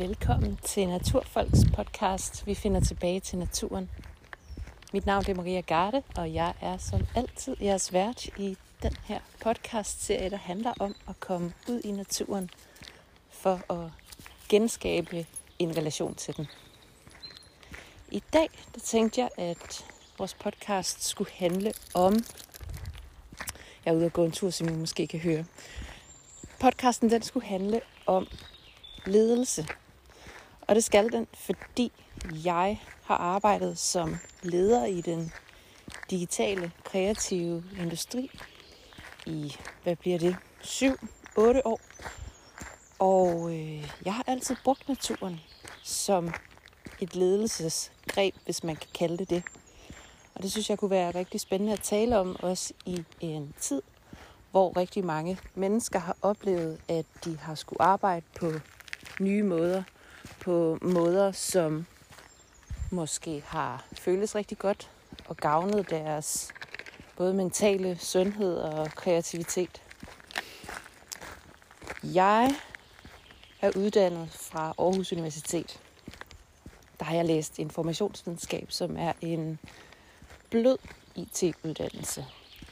Velkommen til Naturfolks podcast. Vi finder tilbage til naturen. Mit navn er Maria Garde, og jeg er som altid jeres vært i den her podcast-serie, der handler om at komme ud i naturen for at genskabe en relation til den. I dag der tænkte jeg, at vores podcast skulle handle om... Jeg er ude og gå en tur, som I måske kan høre. Podcasten den skulle handle om ledelse. Og det skal den, fordi jeg har arbejdet som leder i den digitale, kreative industri i, 7-8 år. Og jeg har altid brugt naturen som et ledelsesgreb, hvis man kan kalde det det. Og det synes jeg kunne være rigtig spændende at tale om, også i en tid, hvor rigtig mange mennesker har oplevet, at de har skulle arbejde på nye måder, på måder, som måske har føltes rigtig godt og gavnet deres både mentale sundhed og kreativitet. Jeg er uddannet fra Aarhus Universitet. Der har jeg læst informationsvidenskab, som er en blød IT-uddannelse.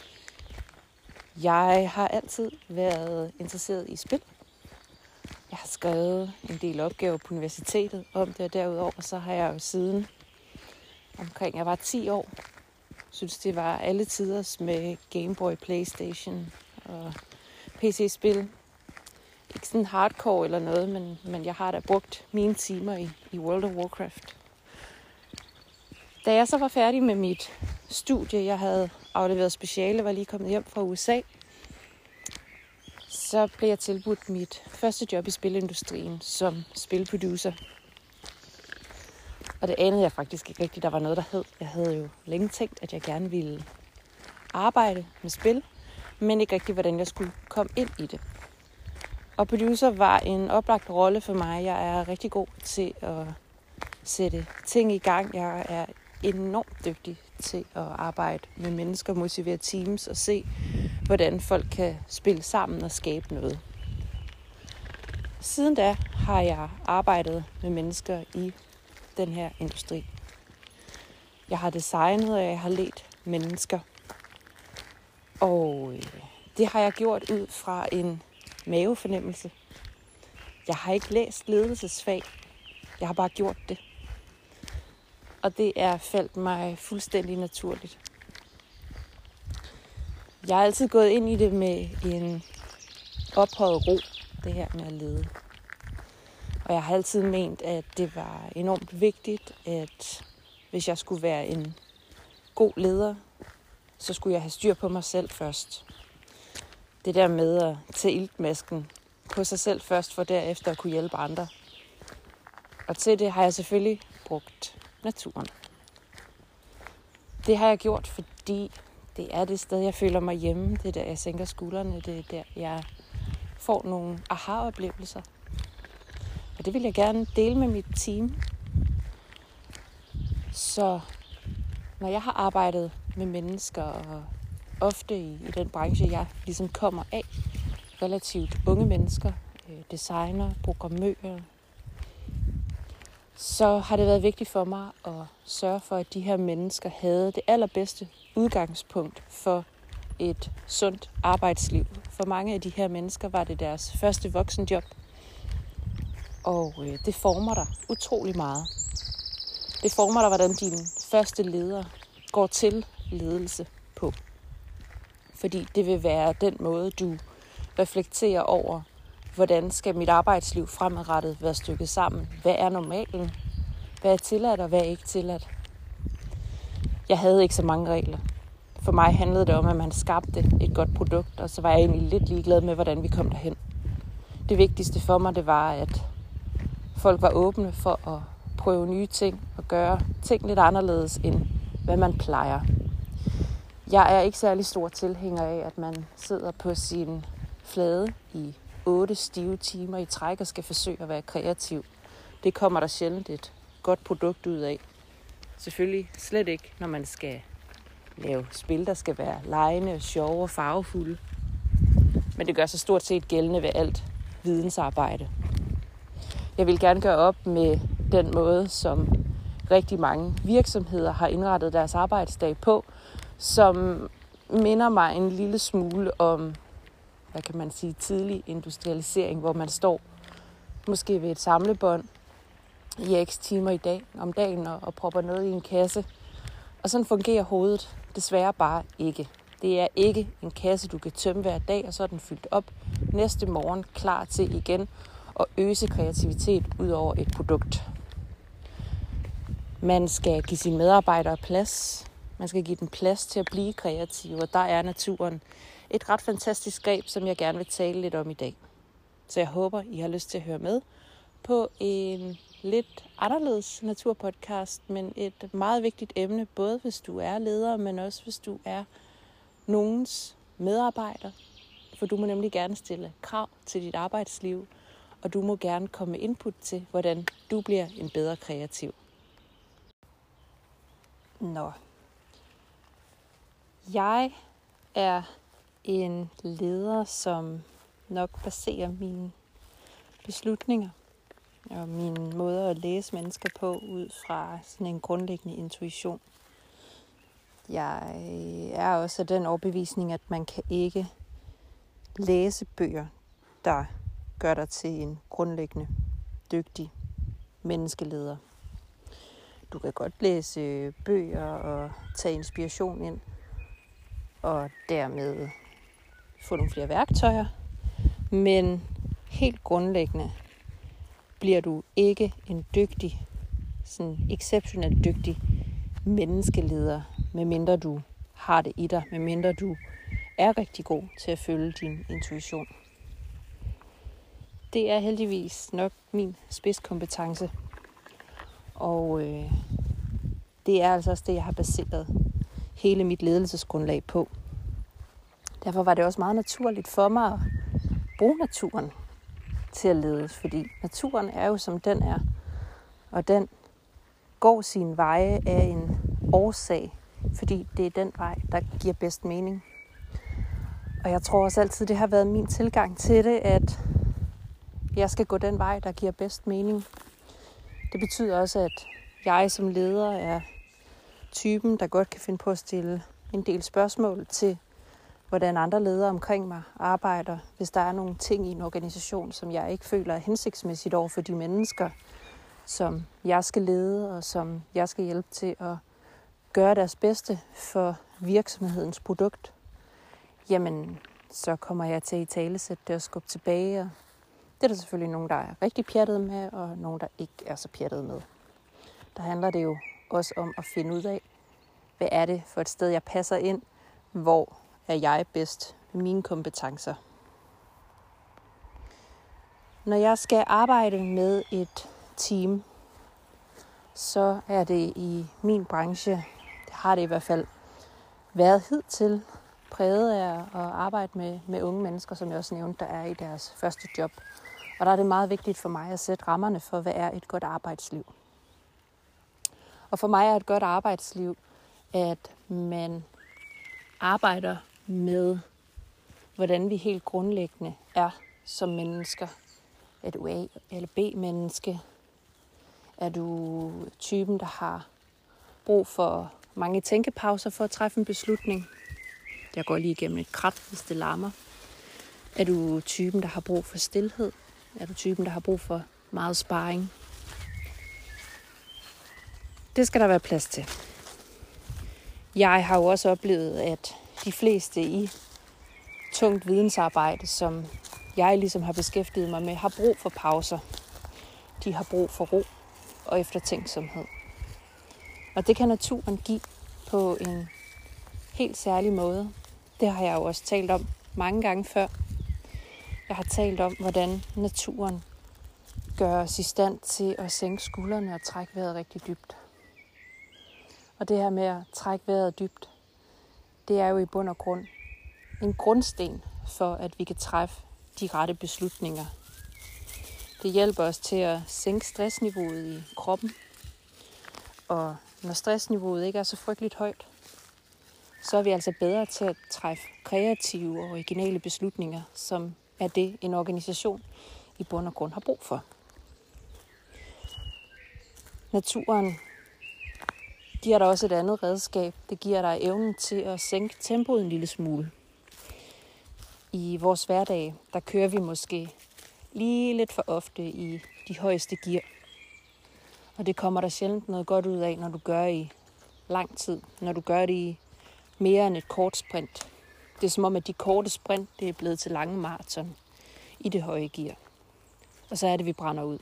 Jeg har altid været interesseret i spil. Jeg har skrevet en del opgaver på universitetet om det, og derudover så har jeg jo siden omkring jeg var 10 år, synes det var alle tiders med Game Boy, PlayStation og PC-spil. Ikke sådan hardcore eller noget, men jeg har da brugt mine timer i World of Warcraft. Da jeg så var færdig med mit studie, jeg havde afleveret speciale, var lige kommet hjem fra USA, så blev jeg tilbudt mit første job i spilindustrien som spilproducer. Og det anede jeg faktisk ikke rigtigt, der var noget, der hed. Jeg havde jo længe tænkt, at jeg gerne ville arbejde med spil, men ikke rigtigt, hvordan jeg skulle komme ind i det. Og producer var en oplagt rolle for mig. Jeg er rigtig god til at sætte ting i gang. Jeg er enormt dygtig til at arbejde med mennesker, motivere teams og se, hvordan folk kan spille sammen og skabe noget. Siden da har jeg arbejdet med mennesker i den her industri. Jeg har designet, og jeg har ledt mennesker. Og det har jeg gjort ud fra en mavefornemmelse. Jeg har ikke læst ledelsesfag. Jeg har bare gjort det. Og det er faldt mig fuldstændig naturligt. Jeg har altid gået ind i det med en ophøjet ro, det her med at lede. Og jeg har altid ment, at det var enormt vigtigt, at hvis jeg skulle være en god leder, så skulle jeg have styr på mig selv først. Det der med at tage iltmasken på sig selv først, for derefter at kunne hjælpe andre. Og til det har jeg selvfølgelig brugt naturen. Det har jeg gjort, fordi det er det sted, jeg føler mig hjemme. Det er der, jeg sænker skuldrene. Det er der, jeg får nogle aha-oplevelser. Og det vil jeg gerne dele med mit team. Så når jeg har arbejdet med mennesker, og ofte i den branche, jeg ligesom kommer af, relativt unge mennesker, designer, programmører, så har det været vigtigt for mig at sørge for, at de her mennesker havde det allerbedste udgangspunkt for et sundt arbejdsliv. For mange af de her mennesker var det deres første voksenjob, og det former dig utrolig meget. Det former dig, hvordan din første leder går til ledelse på. Fordi det vil være den måde, du reflekterer over, hvordan skal mit arbejdsliv fremadrettet være stykket sammen? Hvad er normalen? Hvad er tilladt, og hvad er ikke tilladt? Jeg havde ikke så mange regler. For mig handlede det om, at man skabte et godt produkt, og så var jeg egentlig lidt ligeglad med, hvordan vi kom derhen. Det vigtigste for mig, det var, at folk var åbne for at prøve nye ting og gøre ting lidt anderledes, end hvad man plejer. Jeg er ikke særlig stor tilhænger af, at man sidder på sin flade i 8 stive timer i træk og skal forsøge at være kreativ. Det kommer der sjældent et godt produkt ud af. Selvfølgelig slet ikke, når man skal lave spil, der skal være legende, sjove og farvefulde. Men det gør sig stort set gældende ved alt vidensarbejde. Jeg vil gerne gøre op med den måde, som rigtig mange virksomheder har indrettet deres arbejdsdag på, som minder mig en lille smule om, hvad kan man sige, tidlig industrialisering, hvor man står måske ved et samlebånd i x timer om dagen og propper noget i en kasse. Og sådan fungerer hovedet desværre bare ikke. Det er ikke en kasse, du kan tømme hver dag, og så er den fyldt op næste morgen, klar til igen at øse kreativitet ud over et produkt. Man skal give sine medarbejdere plads. Man skal give dem plads til at blive kreative, og der er naturen et ret fantastisk greb, som jeg gerne vil tale lidt om i dag. Så jeg håber, I har lyst til at høre med på en lidt anderledes naturpodcast, men et meget vigtigt emne, både hvis du er leder, men også hvis du er nogens medarbejder. For du må nemlig gerne stille krav til dit arbejdsliv, og du må gerne komme med input til, hvordan du bliver en bedre kreativ. Jeg er en leder, som nok baserer mine beslutninger og mine måder at læse mennesker på ud fra sådan en grundlæggende intuition. Jeg er også af den overbevisning, at man kan ikke læse bøger, der gør dig til en grundlæggende dygtig menneskeleder. Du kan godt læse bøger og tage inspiration ind, og dermed få nogle flere værktøjer. Men helt grundlæggende bliver du ikke en dygtig, sådan exceptionelt dygtig menneskeleder, medmindre du har det i dig, medmindre du er rigtig god til at følge din intuition. Det er heldigvis nok min spidskompetence, og det er altså også det, jeg har baseret hele mit ledelsesgrundlag på. Derfor var det også meget naturligt for mig at bruge naturen til at ledes, fordi naturen er jo som den er, og den går sine veje af en årsag, fordi det er den vej, der giver bedst mening. Og jeg tror også altid, det har været min tilgang til det, at jeg skal gå den vej, der giver bedst mening. Det betyder også, at jeg som leder er typen, der godt kan finde på at stille en del spørgsmål til, hvordan andre ledere omkring mig arbejder, hvis der er nogle ting i en organisation, som jeg ikke føler er hensigtsmæssigt over for de mennesker, som jeg skal lede, og som jeg skal hjælpe til at gøre deres bedste for virksomhedens produkt. Jamen, så kommer jeg til at italesætte det og skubbe tilbage. Og det er der selvfølgelig nogen, der er rigtig pjattet med, og nogen, der ikke er så pjattet med. Der handler det jo også om at finde ud af, hvad er det for et sted, jeg passer ind, hvor er jeg bedst med mine kompetencer. Når jeg skal arbejde med et team, så er det i min branche, det har det i hvert fald været hidtil, præget af at arbejde med unge mennesker, som jeg også nævnte, der er i deres første job. Og der er det meget vigtigt for mig at sætte rammerne for, hvad er et godt arbejdsliv. Og for mig er et godt arbejdsliv, at man arbejder med, hvordan vi helt grundlæggende er som mennesker. Er du A- eller B-menneske? Er du typen, der har brug for mange tænkepauser for at træffe en beslutning? Jeg går lige igennem et krat, hvis det larmer. Er du typen, der har brug for stilhed? Er du typen, der har brug for meget sparring? Det skal der være plads til. Jeg har jo også oplevet, at de fleste i tungt vidensarbejde, som jeg ligesom har beskæftiget mig med, har brug for pauser. De har brug for ro og eftertænksomhed. Og det kan naturen give på en helt særlig måde. Det har jeg jo også talt om mange gange før. Jeg har talt om, hvordan naturen gør os i stand til at sænke skuldrene og trække vejret rigtig dybt. Og det her med at trække vejret dybt, det er jo i bund og grund en grundsten for, at vi kan træffe de rette beslutninger. Det hjælper os til at sænke stressniveauet i kroppen. Og når stressniveauet ikke er så frygteligt højt, så er vi altså bedre til at træffe kreative og originale beslutninger, som er det, en organisation i bund og grund har brug for. Naturen giver dig også et andet redskab. Det giver dig evnen til at sænke tempoet en lille smule. I vores hverdag, der kører vi måske lige lidt for ofte i de højeste gear. Og det kommer der sjældent noget godt ud af, når du gør i lang tid. Når du gør det i mere end et kort sprint. Det er som om, at de korte sprint, det er blevet til lange maraton i det høje gear. Og så er det, vi brænder ud.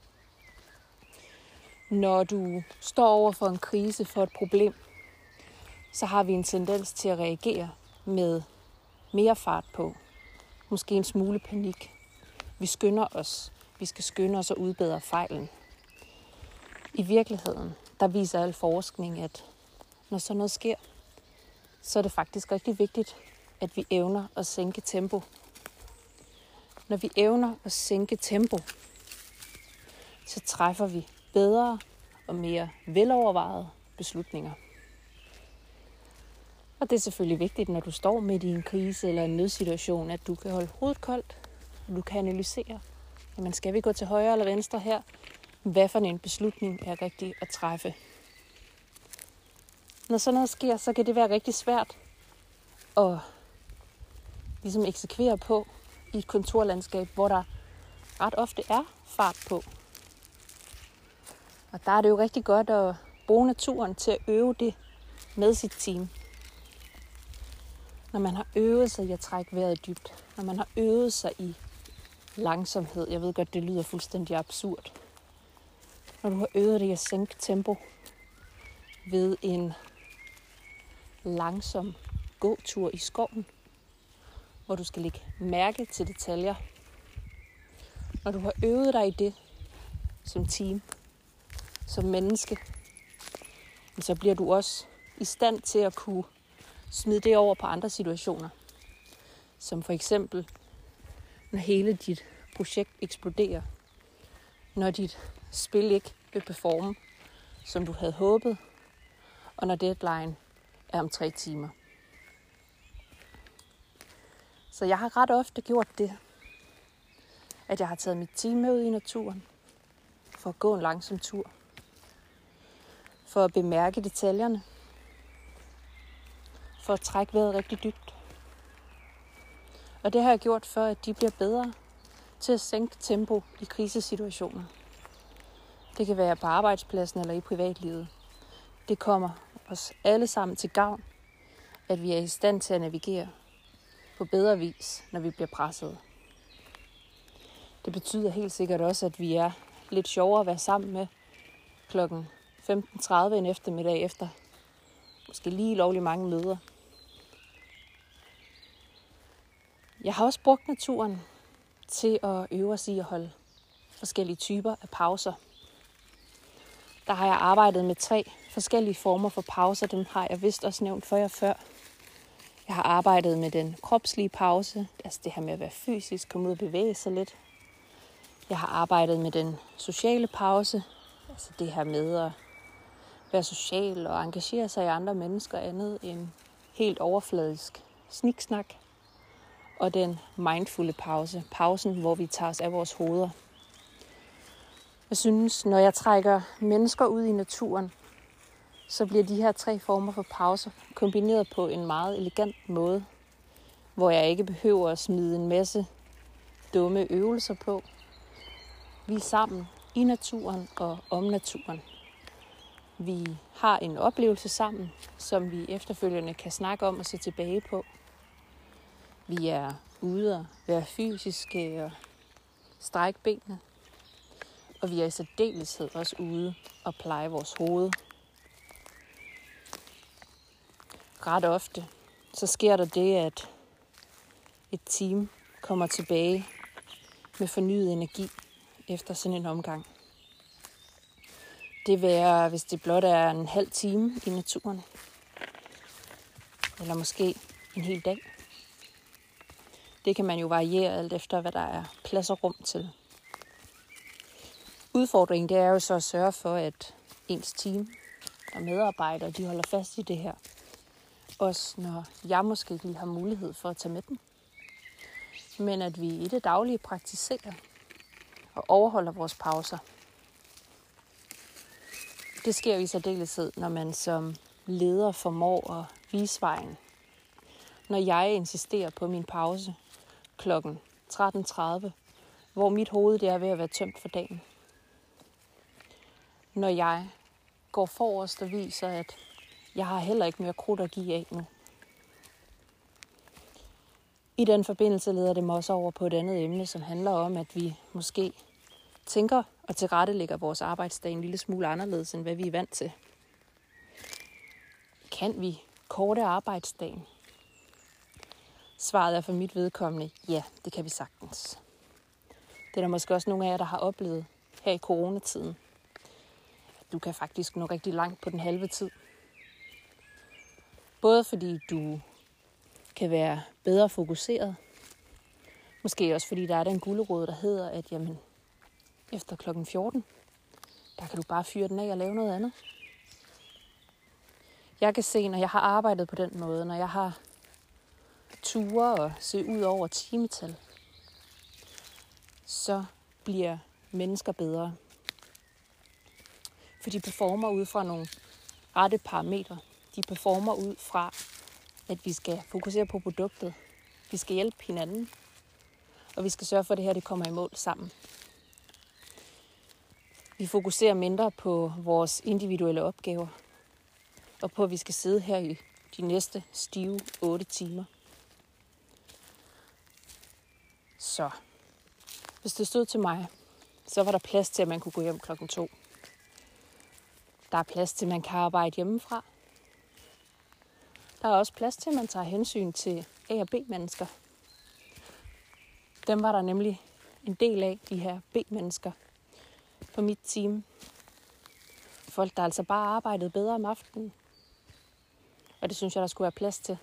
Når du står over for en krise, for et problem, så har vi en tendens til at reagere med mere fart på. Måske en smule panik. Vi skynder os. Vi skal skynde os og udbedre fejlen. I virkeligheden, der viser al forskning, at når sådan noget sker, så er det faktisk rigtig vigtigt, at vi evner at sænke tempo. Når vi evner at sænke tempo, så træffer vi bedre og mere velovervejede beslutninger. Og det er selvfølgelig vigtigt, når du står midt i en krise eller en nødsituation, at du kan holde hovedet koldt, og du kan analysere. Jamen, skal vi gå til højre eller venstre her? Hvad for en beslutning er rigtig at træffe? Når sådan noget sker, så kan det være rigtig svært at ligesom eksekvere på i et kontorlandskab, hvor der ret ofte er fart på. Og der er det jo rigtig godt at bruge naturen til at øve det med sit team. Når man har øvet sig i at trække vejret dybt, når man har øvet sig i langsomhed, jeg ved godt, det lyder fuldstændig absurd. Når du har øvet dig i at sænke tempo ved en langsom gåtur i skoven, hvor du skal lægge mærke til detaljer. Når du har øvet dig i det som team, som menneske, så bliver du også i stand til at kunne smide det over på andre situationer. Som for eksempel, når hele dit projekt eksploderer. Når dit spil ikke vil performe, som du havde håbet. Og når deadline er om 3 timer. Så jeg har ret ofte gjort det, at jeg har taget mit team med ud i naturen. For at gå en langsom tur. For at bemærke detaljerne. For at trække vejret rigtig dybt. Og det har jeg gjort for, at de bliver bedre til at sænke tempo i krisesituationer. Det kan være på arbejdspladsen eller i privatlivet. Det kommer os alle sammen til gavn, at vi er i stand til at navigere på bedre vis, når vi bliver presset. Det betyder helt sikkert også, at vi er lidt sjovere at være sammen med kl. 15.30 en eftermiddag efter måske lige lovlig mange møder. Jeg har også brugt naturen til at øve os i at holde forskellige typer af pauser. Der har jeg arbejdet med 3 forskellige former for pauser. Dem har jeg vist også nævnt for jer før. Jeg har arbejdet med den kropslige pause, altså det her med at være fysisk, komme ud og bevæge sig lidt. Jeg har arbejdet med den sociale pause, altså det her med at være social og engagere sig i andre mennesker andet end helt overfladisk sniksnak. Og den mindfulde pause, pausen, hvor vi tager os af vores hoveder. Jeg synes, når jeg trækker mennesker ud i naturen, så bliver de her 3 former for pauser kombineret på en meget elegant måde, hvor jeg ikke behøver at smide en masse dumme øvelser på. Vi er sammen i naturen og om naturen. Vi har en oplevelse sammen, som vi efterfølgende kan snakke om og se tilbage på. Vi er ude og være fysiske og strække benene. Og vi er i særdeleshed også ude og pleje vores hoved. Ret ofte så sker der det, at et team kommer tilbage med fornyet energi efter sådan en omgang. Det være, hvis det blot er en halv time i naturen. Eller måske en hel dag. Det kan man jo variere alt efter, hvad der er plads og rum til. Udfordringen det er jo så at sørge for, at ens team og medarbejdere de holder fast i det her. Også når jeg måske ikke lige har mulighed for at tage med dem. Men at vi i det daglige praktiserer og overholder vores pauser. Det sker i særdeleshed, når man som leder formår at vise vejen. Når jeg insisterer på min pause kl. 13.30, hvor mit hoved det er ved at være tømt for dagen. Når jeg går forrest og viser, at jeg har heller ikke mere krudt at give af nu. I den forbindelse leder det mig også over på et andet emne, som handler om, at vi måske tænker og tilrettelægger vores arbejdsdag en lille smule anderledes, end hvad vi er vant til. Kan vi korte arbejdsdagen? Svaret er for mit vedkommende, ja, det kan vi sagtens. Det er der måske også nogle af jer, der har oplevet her i coronatiden. Du kan faktisk nå rigtig langt på den halve tid. Både fordi du kan være bedre fokuseret. Måske også fordi der er den gulerod, der hedder, at jamen, efter klokken 14, der kan du bare fyre den af og lave noget andet. Jeg kan se, når jeg har arbejdet på den måde, når jeg har ture og se ud over timetal, så bliver mennesker bedre. For de performer ud fra nogle rette parametre. De performer ud fra, at vi skal fokusere på produktet. Vi skal hjælpe hinanden. Og vi skal sørge for, at det her det kommer i mål sammen. Vi fokuserer mindre på vores individuelle opgaver. Og på, at vi skal sidde her i de næste stive 8 timer. Så hvis det stod til mig, så var der plads til, at man kunne gå hjem 2:00. Der er plads til, at man kan arbejde hjemmefra. Der er også plads til, at man tager hensyn til A- og B-mennesker. Dem var der nemlig en del af, de her B-mennesker, på mit team. Folk, der altså bare arbejdede bedre om aftenen. Og det synes jeg, der skulle være plads til.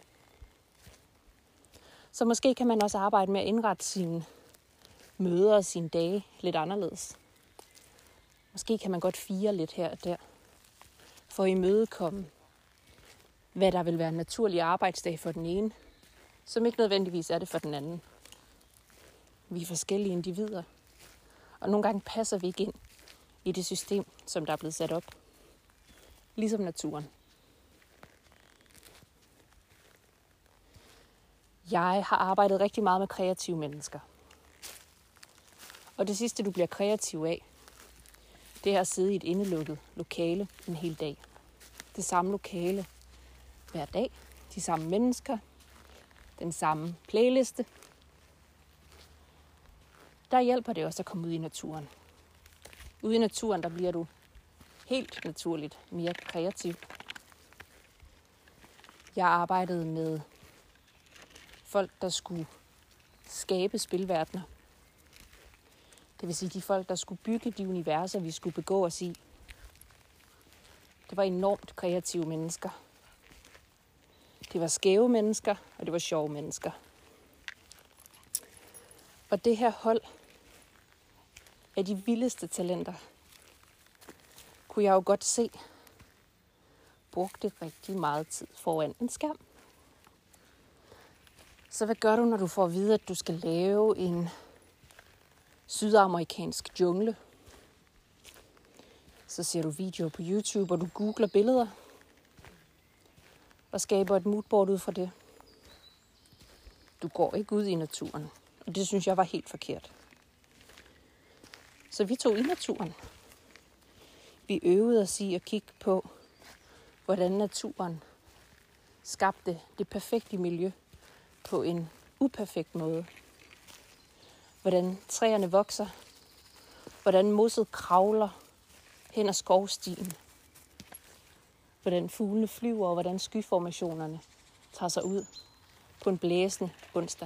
Så måske kan man også arbejde med at indrette sine møder og sine dage lidt anderledes. Måske kan man godt fire lidt her og der. For at imødekomme, hvad der vil være en naturlig arbejdsdag for den ene, som ikke nødvendigvis er det for den anden. Vi er forskellige individer, og nogle gange passer vi ikke ind i det system, som der er blevet sat op. Ligesom naturen. Jeg har arbejdet rigtig meget med kreative mennesker. Og det sidste, du bliver kreativ af, det er at sidde i et indelukket lokale en hel dag. Det samme lokale hver dag. De samme mennesker. Den samme playliste. Der hjælper det også at komme ud i naturen. Ude i naturen, der bliver du helt naturligt mere kreativ. Jeg arbejdede med folk, der skulle skabe spilverdener. Det vil sige de folk, der skulle bygge de universer, vi skulle begå os i. Det var enormt kreative mennesker. Det var skæve mennesker, og det var sjove mennesker. Og det her hold af de vildeste talenter, kunne jeg jo godt se, brugte rigtig meget tid foran en skærm. Så hvad gør du, når du får at vide, at du skal lave en sydamerikansk jungle? Så ser du videoer på YouTube, og du googler billeder og skaber et moodboard ud fra det. Du går ikke ud i naturen, og det synes jeg var helt forkert. Så vi tog i naturen. Vi øvede os i at kigge på, hvordan naturen skabte det perfekte miljø på en uperfekt måde. Hvordan træerne vokser, hvordan mosset kravler hen ad skovstien, hvordan fuglene flyver og hvordan skyformationerne tager sig ud på en blæsende onsdag.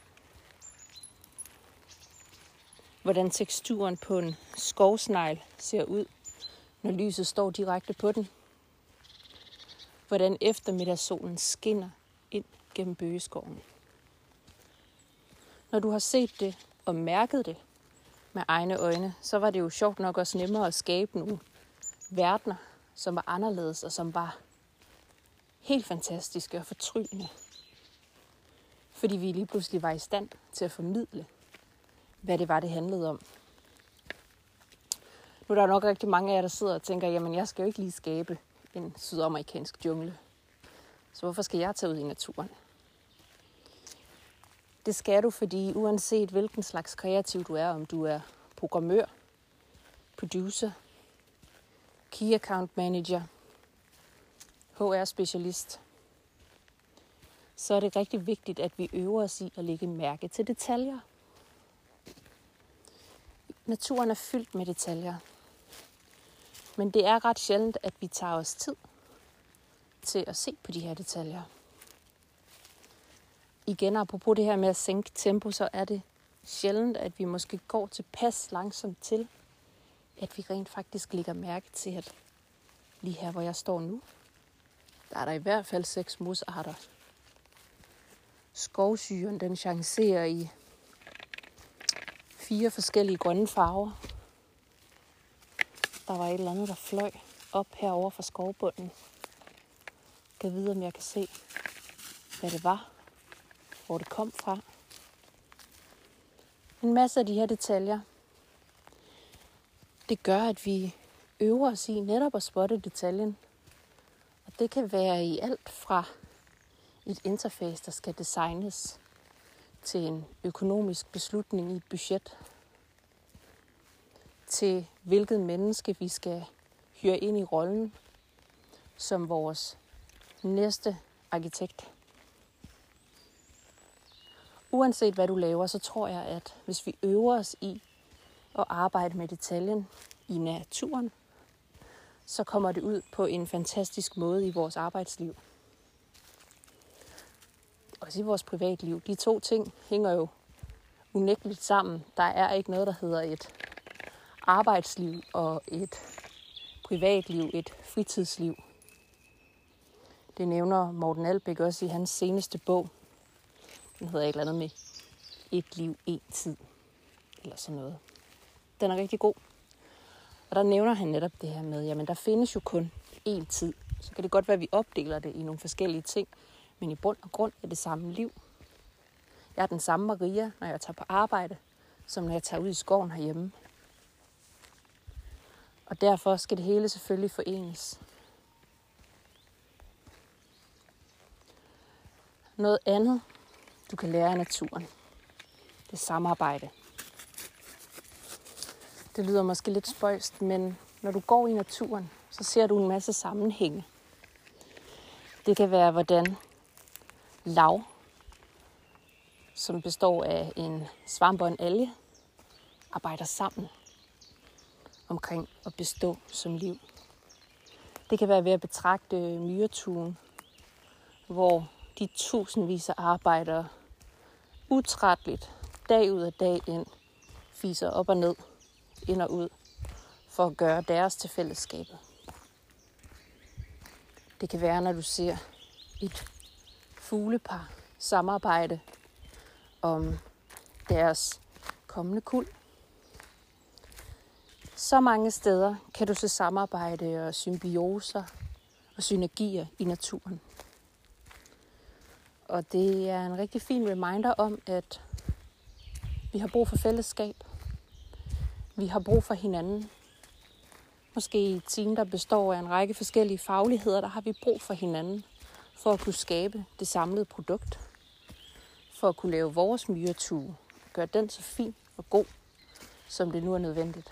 Hvordan teksturen på en skovsnegl ser ud, når lyset står direkte på den. Hvordan eftermiddagssolen skinner ind gennem bøgeskoven. Når du har set det og mærket det med egne øjne, så var det jo sjovt nok også nemmere at skabe nogle verdener, som var anderledes og som var helt fantastiske og fortryllende. Fordi vi lige pludselig var i stand til at formidle, hvad det var, det handlede om. Nu er der nok rigtig mange af jer, der sidder og tænker, jamen jeg skal jo ikke lige skabe en sydamerikansk jungle. Så hvorfor skal jeg tage ud i naturen? Det skal du, fordi uanset hvilken slags kreativ du er, om du er programmør, producer, key account manager, HR-specialist, så er det rigtig vigtigt, at vi øver os i at lægge mærke til detaljer. Naturen er fyldt med detaljer, men det er ret sjældent, at vi tager os tid til at se på de her detaljer. Igen, apropos det her med at sænke tempo, så er det sjældent, at vi måske går tilpas langsomt til, at vi rent faktisk lægger mærke til, at lige her, hvor jeg står nu, der er der i hvert fald 6 mosarter. Skovsyren, den chancerer i 4 forskellige grønne farver. Der var et eller andet, der fløj op herover fra skovbunden. Jeg kan vide, om jeg kan se, hvad det var, hvor det kom fra. En masse af de her detaljer, det gør, at vi øver os i netop at spotte detaljen. Og det kan være i alt fra et interface, der skal designes, til en økonomisk beslutning i et budget, til hvilket menneske vi skal hyre ind i rollen som vores næste arkitekt. Uanset hvad du laver, så tror jeg, at hvis vi øver os i at arbejde med detaljen i naturen, så kommer det ud på en fantastisk måde i vores arbejdsliv. Også i vores privatliv. De 2 ting hænger jo unægteligt sammen. Der er ikke noget, der hedder et arbejdsliv og et privatliv, et fritidsliv. Det nævner Morten Albæk også i hans seneste bog. Den hedder et eller andet med et liv, en tid. Eller sådan noget. Den er rigtig god. Og der nævner han netop det her med, jamen der findes jo kun én tid. Så kan det godt være, at vi opdeler det i nogle forskellige ting. Men i bund og grund er det samme liv. Jeg er den samme Maria, når jeg tager på arbejde, som når jeg tager ud i skoven herhjemme. Og derfor skal det hele selvfølgelig forenes. Noget andet, du kan lære af naturen, det er samarbejde. Det lyder måske lidt spøjst, men når du går i naturen, så ser du en masse sammenhænge. Det kan være, hvordan lav, som består af en svamp og en alge, arbejder sammen omkring at bestå som liv. Det kan være ved at betragte myretuen, hvor de tusindvis af arbejdere utrætteligt dag ud og dag ind fiser op og ned, ind og ud, for at gøre deres til fællesskabet. Det kan være, når du ser et fuglepar samarbejde om deres kommende kuld. Så mange steder kan du se samarbejde og symbioser og synergier i naturen. Og det er en rigtig fin reminder om, at vi har brug for fællesskab. Vi har brug for hinanden. Måske i et team, der består af en række forskellige fagligheder, der har vi brug for hinanden for at kunne skabe det samlede produkt. For at kunne lave vores myretue. Gøre den så fin og god, som det nu er nødvendigt.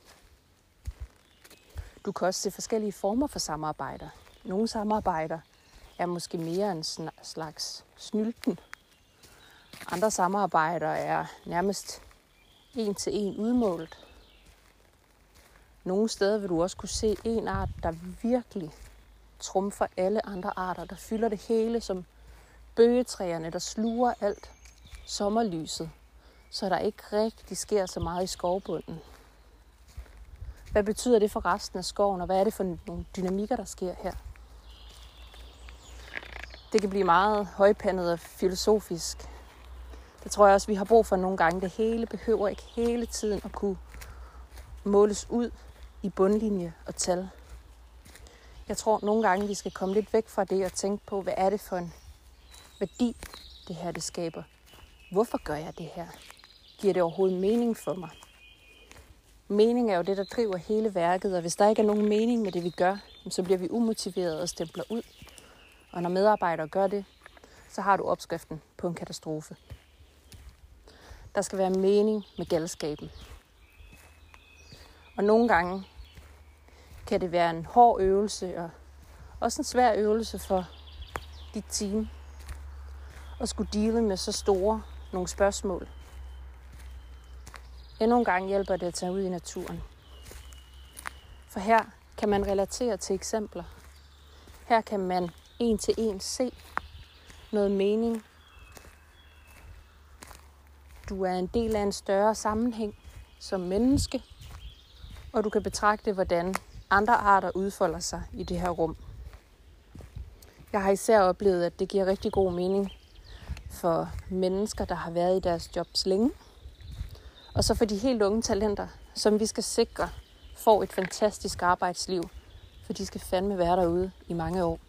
Du kan også se forskellige former for samarbejder. Nogle samarbejder er måske mere en slags snylten. Andre samarbejder er nærmest en til en udmålt. Nogle steder vil du også kunne se en art, der virkelig trumfer alle andre arter, der fylder det hele som bøgetræerne, der sluger alt sommerlyset, så der ikke rigtig sker så meget i skovbunden. Hvad betyder det for resten af skoven, og hvad er det for nogle dynamikker, der sker her? Det kan blive meget højpandet og filosofisk. Det tror jeg også, vi har brug for nogle gange. Det hele behøver ikke hele tiden at kunne måles ud i bundlinje og tal. Jeg tror nogle gange, vi skal komme lidt væk fra det og tænke på, hvad er det for en værdi, det her det skaber. Hvorfor gør jeg det her? Giver det overhovedet mening for mig? Mening er jo det, der driver hele værket, og hvis der ikke er nogen mening med det, vi gør, så bliver vi umotiveret og stempler ud. Og når medarbejdere gør det, så har du opskriften på en katastrofe. Der skal være mening med galskaben. Og nogle gange kan det være en hård øvelse, og også en svær øvelse for dit team, at skulle deale med så store nogle spørgsmål. Endnu en gang hjælper det at tage ud i naturen. For her kan man relatere til eksempler. Her kan man en til en se noget mening. Du er en del af en større sammenhæng som menneske, og du kan betragte, hvordan andre arter udfolder sig i det her rum. Jeg har især oplevet, at det giver rigtig god mening for mennesker, der har været i deres jobs længe, og så for de helt unge talenter, som vi skal sikre får et fantastisk arbejdsliv, for de skal fandme være derude i mange år.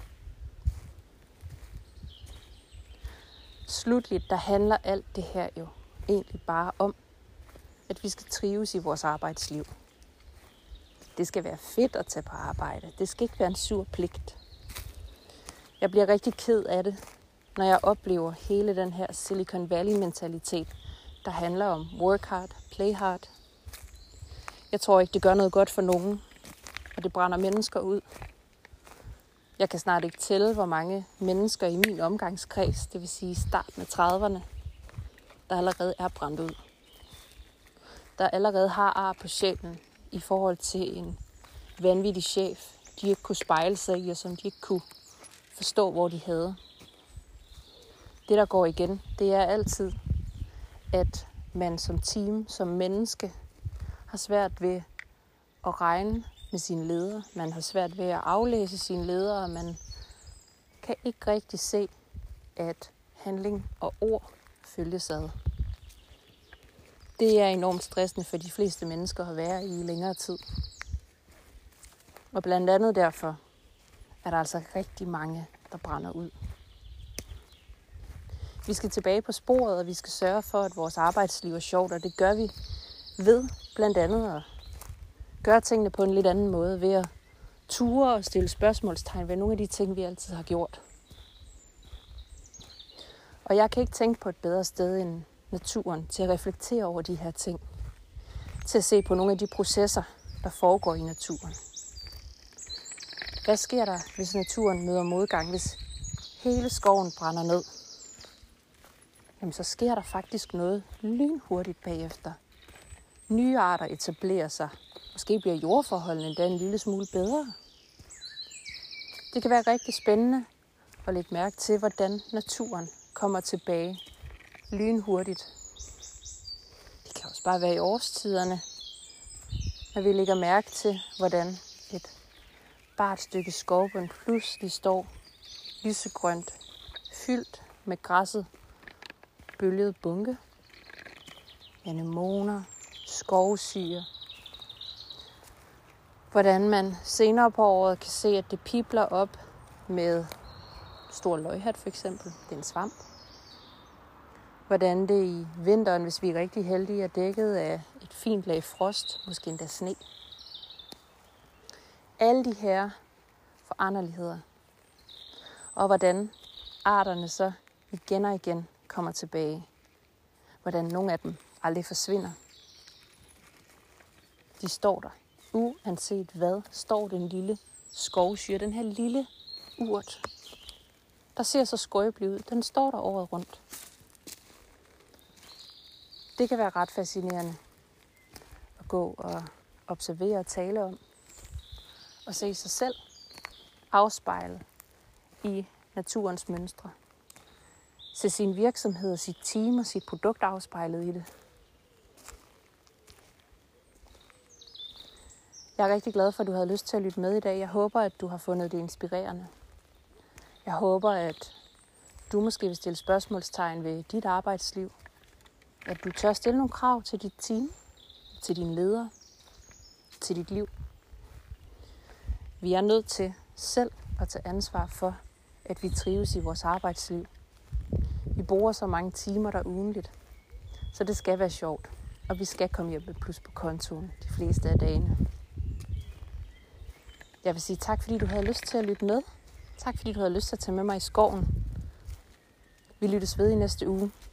Slutligt, der handler alt det her jo egentlig bare om, at vi skal trives i vores arbejdsliv. Det skal være fedt at tage på arbejde. Det skal ikke være en sur pligt. Jeg bliver rigtig ked af det, når jeg oplever hele den her Silicon Valley-mentalitet, der handler om work hard, play hard. Jeg tror ikke, det gør noget godt for nogen, og det brænder mennesker ud. Jeg kan snart ikke tælle, hvor mange mennesker i min omgangskreds, det vil sige starten af 30'erne, der allerede er brændt ud. Der allerede har ar på sjælen i forhold til en vanvittig chef, de ikke kunne spejle sig i, og som de ikke kunne forstå, hvor de havde. Det, der går igen, det er altid, at man som team, som menneske, har svært ved at regne med sine ledere. Man har svært ved at aflæse sine ledere, og man kan ikke rigtig se, at handling og ord følges ad. Det er enormt stressende for de fleste mennesker at være i længere tid. Og blandt andet derfor er der altså rigtig mange, der brænder ud. Vi skal tilbage på sporet, og vi skal sørge for, at vores arbejdsliv er sjovt, og det gør vi ved blandt andet at gøre tingene på en lidt anden måde, ved at ture og stille spørgsmålstegn ved nogle af de ting, vi altid har gjort. Og jeg kan ikke tænke på et bedre sted end naturen til at reflektere over de her ting. Til at se på nogle af de processer, der foregår i naturen. Hvad sker der, hvis naturen møder modgang, hvis hele skoven brænder ned? Jamen, så sker der faktisk noget lynhurtigt bagefter. Nye arter etablerer sig. Måske bliver jordforholdene endda en lille smule bedre. Det kan være rigtig spændende at lægge mærke til, hvordan naturen kommer tilbage lynhurtigt. Det kan også bare være i årstiderne, når vi lægger mærke til, hvordan et bart stykke skovbund pludselig står lysegrønt, fyldt med græsset, bølget bunke, anemoner, skovsyre. Hvordan man senere på året kan se, at det pibler op med stor løghat for eksempel. Det er en svamp. Hvordan det i vinteren, hvis vi er rigtig heldige, er dækket af et fint lag frost, måske endda sne. Alle de her foranderligheder. Og hvordan arterne så igen og igen kommer tilbage. Hvordan nogle af dem aldrig forsvinder. De står der. Uanset hvad, står den lille skovsyre, den her lille urt, der ser så skrøbelig ud. Den står der året rundt. Det kan være ret fascinerende at gå og observere og tale om. Og se sig selv afspejlet i naturens mønstre. Se sin virksomhed, sit team og sit produkt afspejlet i det. Jeg er rigtig glad for, at du havde lyst til at lytte med i dag. Jeg håber, at du har fundet det inspirerende. Jeg håber, at du måske vil stille spørgsmålstegn ved dit arbejdsliv. At du tør stille nogle krav til dit team, til dine ledere, til dit liv. Vi er nødt til selv at tage ansvar for, at vi trives i vores arbejdsliv. Vi bruger så mange timer der ugentligt, så det skal være sjovt. Og vi skal komme hjem med plus på kontoen de fleste af dagene. Jeg vil sige tak, fordi du havde lyst til at lytte med. Tak, fordi du havde lyst til at tage med mig i skoven. Vi lyttes ved i næste uge.